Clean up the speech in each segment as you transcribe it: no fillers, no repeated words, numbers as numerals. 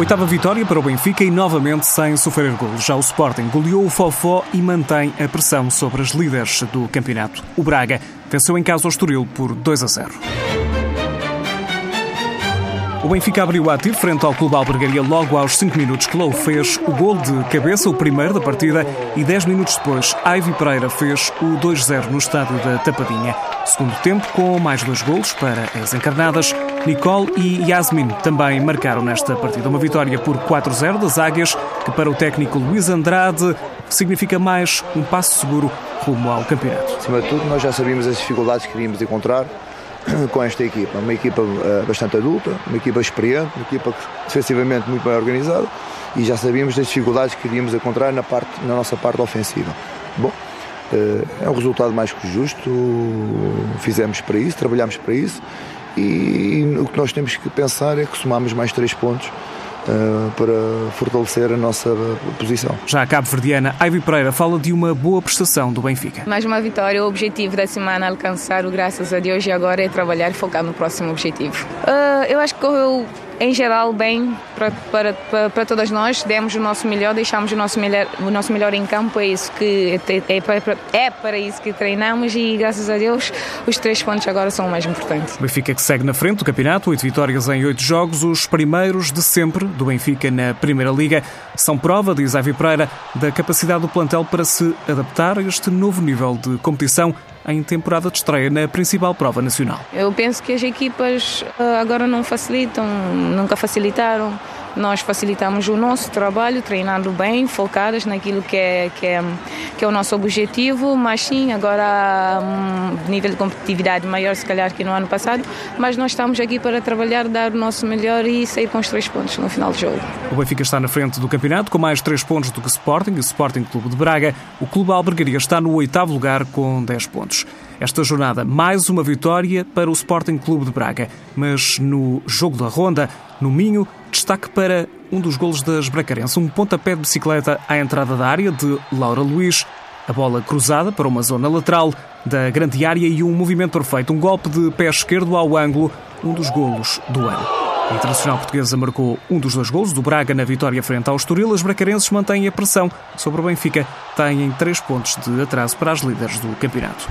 Oitava vitória para o Benfica e novamente sem sofrer golos. Já o Sporting goleou o Fofó e mantém a pressão sobre as líderes do campeonato. O Braga venceu em casa ao Estoril por 2-0. O Benfica abriu a ativo frente ao Clube Albergaria logo aos 5 minutos. Clou fez o gol de cabeça, o primeiro da partida, e 10 minutos depois, Ivy Pereira fez o 2-0 no estádio da Tapadinha. Segundo tempo, com mais 2 golos para as encarnadas, Nicole e Yasmin também marcaram nesta partida. Uma vitória por 4-0 das Águias, que para o técnico Luís Andrade significa mais um passo seguro rumo ao campeonato. Acima de tudo, nós já sabíamos as dificuldades que iríamos encontrar com esta equipa. Uma equipa bastante adulta, uma equipa experiente, uma equipa defensivamente muito bem organizada, e já sabíamos das dificuldades que iríamos encontrar na nossa parte ofensiva. Bom, é um resultado mais que justo, fizemos para isso, trabalhamos para isso, e o que nós temos que pensar é que somamos mais 3 pontos para fortalecer a nossa posição. Já a cabo-verdiana Ivy Pereira fala de uma boa prestação do Benfica. Mais uma vitória, o objetivo da semana alcançado, graças a Deus, e agora é trabalhar e focar no próximo objetivo. Eu acho que correu em geral bem para todas nós, demos o nosso melhor, deixamos o nosso melhor em campo, é isso que é para isso que treinamos, e graças a Deus os 3 pontos agora são o mais importantes. O Benfica que segue na frente do campeonato, 8 vitórias em 8 jogos, os primeiros de sempre do Benfica na Primeira Liga, são prova, diz Ivy Pereira, da capacidade do plantel para se adaptar a este novo nível de competição em temporada de estreia na principal prova nacional. Eu penso que as equipas agora não facilitam, nunca facilitaram. Nós facilitamos o nosso trabalho, treinando bem, focadas naquilo que é o nosso objetivo, mas sim, agora nível de competitividade maior se calhar que no ano passado, mas nós estamos aqui para trabalhar, dar o nosso melhor e sair com os 3 pontos no final do jogo. O Benfica está na frente do campeonato com mais 3 pontos do que o Sporting Clube de Braga. O Clube Albergaria está no 8º lugar com 10 pontos. Esta jornada, mais uma vitória para o Sporting Clube de Braga, mas no jogo da Ronda, no Minho, destaque para um dos golos das bracarenses, um pontapé de bicicleta à entrada da área de Laura Luís, a bola cruzada para uma zona lateral da grande área e um movimento perfeito, um golpe de pé esquerdo ao ângulo, um dos golos do ano. A internacional portuguesa marcou um dos 2 golos do Braga na vitória frente ao Estoril. As bracarenses mantêm a pressão sobre o Benfica, têm 3 pontos de atraso para as líderes do campeonato.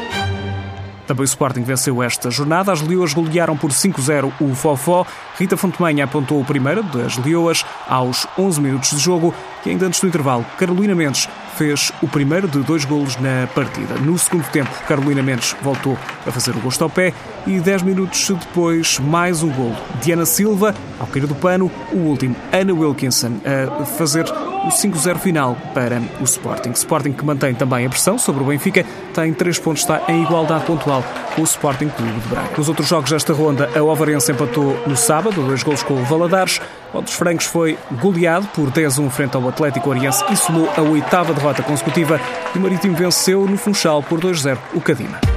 Também o Sporting venceu esta jornada. As Leoas golearam por 5-0 o Fofó. Rita Fontemanha apontou o primeiro das Leoas aos 11 minutos de jogo e ainda antes do intervalo, Carolina Mendes fez o primeiro de 2 golos na partida. No segundo tempo, Carolina Mendes voltou a fazer o gosto ao pé e 10 minutos depois, mais um golo. Diana Silva, ao cair do pano, o último, Ana Wilkinson, a fazer o 5-0 final para o Sporting. Sporting que mantém também a pressão sobre o Benfica, tem 3 pontos, está em igualdade pontual com o Sporting Clube de Braga. Nos outros jogos desta ronda, a Ovarense empatou no sábado, 2 golos com o Valadares. O dos Francos foi goleado por 10-1 frente ao Atlético Oriense e somou a 8ª derrota consecutiva. E o Marítimo venceu no Funchal por 2-0 o Cadima.